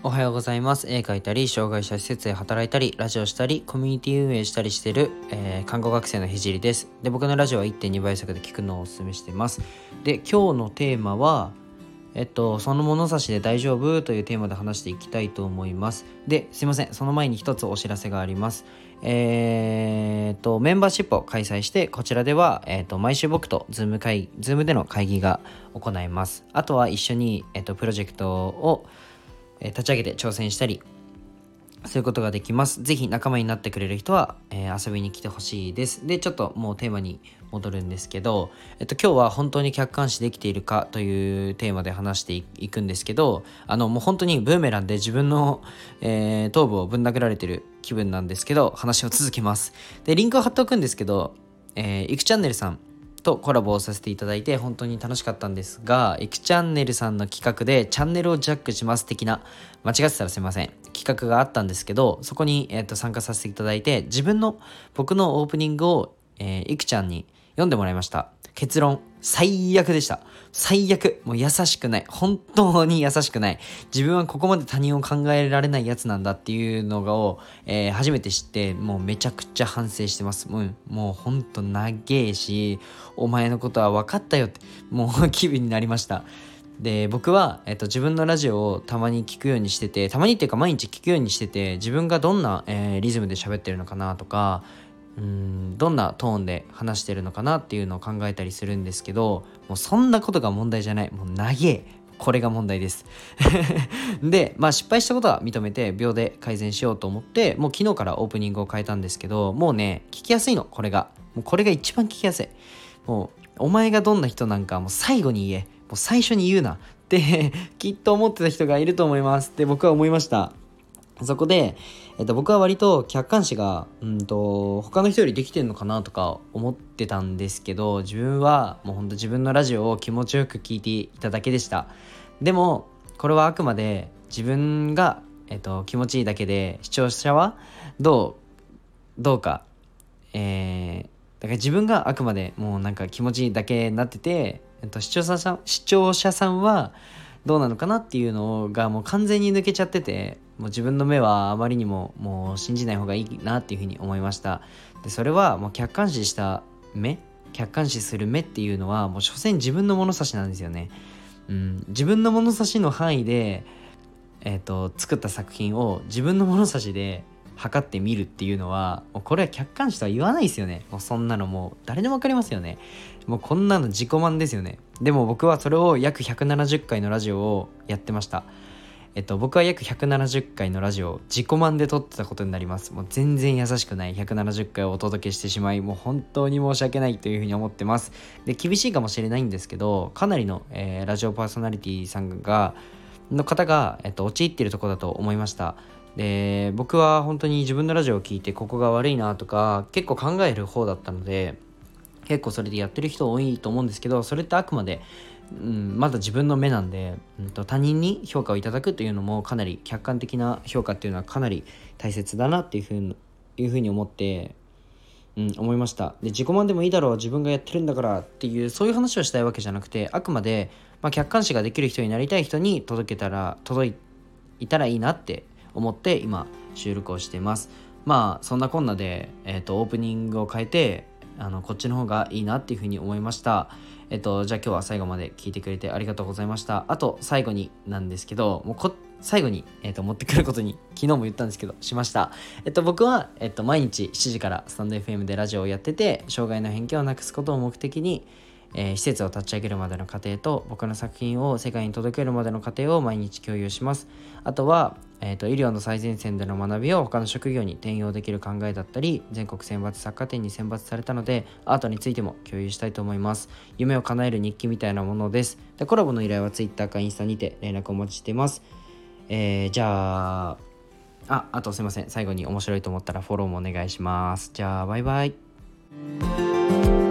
おはようございます。絵描いたり、障害者施設で働いたり、ラジオしたり、コミュニティ運営したりしている、看護学生のひじりです。で、僕のラジオは 1.2 倍速で聞くのをお勧めしています。で、今日のテーマは、その物差しで大丈夫というテーマで話していきたいと思います。で、すいません。その前に一つお知らせがあります。メンバーシップを開催して、こちらでは、毎週僕とズームでの会議が行えます。あとは一緒に、プロジェクトを立ち上げて挑戦したりそういうことができます。ぜひ仲間になってくれる人は、遊びに来てほしいです。で、ちょっともうテーマに戻るんですけど、今日は本当に客観視できているかというテーマで話していくんですけど、もう本当にブーメランで自分の、頭部をぶん殴られてる気分なんですけど、話を続けます。で、リンクを貼っておくんですけど、いくチャンネルさんとコラボをさせていただいて本当に楽しかったんですが、いくチャンネルさんの企画でチャンネルをジャックします的な、間違ってたらすいません、企画があったんですけど、そこに、参加させていただいて、僕のオープニングを、いくちゃんに読んでもらいました。結論、最悪でした。最悪。もう優しくない。本当に優しくない。自分はここまで他人を考えられないやつなんだっていうのを、初めて知って、もうめちゃくちゃ反省してます。もう本当長えし、お前のことは分かったよって、もう気分になりました。で、僕は、自分のラジオをたまに聞くようにしてて、たまにっていうか毎日聞くようにしてて、自分がどんな、リズムで喋ってるのかなとか、どんなトーンで話してるのかなっていうのを考えたりするんですけど、もうそんなことが問題じゃない。もう長え。これが問題ですで、失敗したことは認めて秒で改善しようと思って、もう昨日からオープニングを変えたんですけど、もうね、聞きやすいの。これが一番聞きやすい。もうお前がどんな人なんかもう最後に言え、もう最初に言うなってきっと思ってた人がいると思います。で、僕は思いました。そこで、僕は割と客観視が他の人よりできてるのかなとか思ってたんですけど、自分はもう本当自分のラジオを気持ちよく聞いていただけでした。でもこれはあくまで自分が、気持ちいいだけで、視聴者はどうか、だから自分があくまでもうなんか気持ちいいだけになってて、視聴者さんはどうなのかなっていうのがもう完全に抜けちゃってて、もう自分の目はあまりにももう信じない方がいいなっていうふうに思いました。で、それはもう客観視する目っていうのはもう所詮自分の物差しなんですよね。自分の物差しの範囲で、作った作品を自分の物差しで測ってみるっていうのは、もうこれは客観視とは言わないですよね。もうそんなのもう誰でも分かりますよね。もうこんなの自己満ですよね。でも僕はそれを約170回のラジオをやってました。僕は約170回のラジオを自己満で撮ってたことになります。もう全然優しくない170回をお届けしてしまい、もう本当に申し訳ないというふうに思ってます。で、厳しいかもしれないんですけど、かなりの、ラジオパーソナリティさんの方が、陥っているところだと思いました。で、僕は本当に自分のラジオを聞いてここが悪いなとか結構考える方だったので、結構それでやってる人多いと思うんですけど、それってあくまで、まだ自分の目なんで、他人に評価をいただくというのもかなり客観的な評価っていうのはかなり大切だなっていうふうに思って、思いました。で、自己満でもいいだろう、自分がやってるんだからっていう、そういう話をしたいわけじゃなくて、あくまで、客観視ができる人になりたい人に届いたらいいなって思って今収録をしています。そんなこんなで、オープニングを変えてこっちの方がいいなっていうふうに思いました。じゃあ今日は最後まで聞いてくれてありがとうございました。あと最後になんですけど、最後に、持ってくることに昨日も言ったんですけどしました。僕は、毎日7時からスタンド FM でラジオをやってて、障害の偏見をなくすことを目的に施設を立ち上げるまでの過程と僕の作品を世界に届けるまでの過程を毎日共有します。あとは、医療の最前線での学びを他の職業に転用できる考えだったり、全国選抜作家展に選抜されたのでアートについても共有したいと思います。夢を叶える日記みたいなものです。で、コラボの依頼は Twitter かインスタにて連絡をお待ちしています。じゃあとすいません、最後に面白いと思ったらフォローもお願いします。じゃあバイバイ。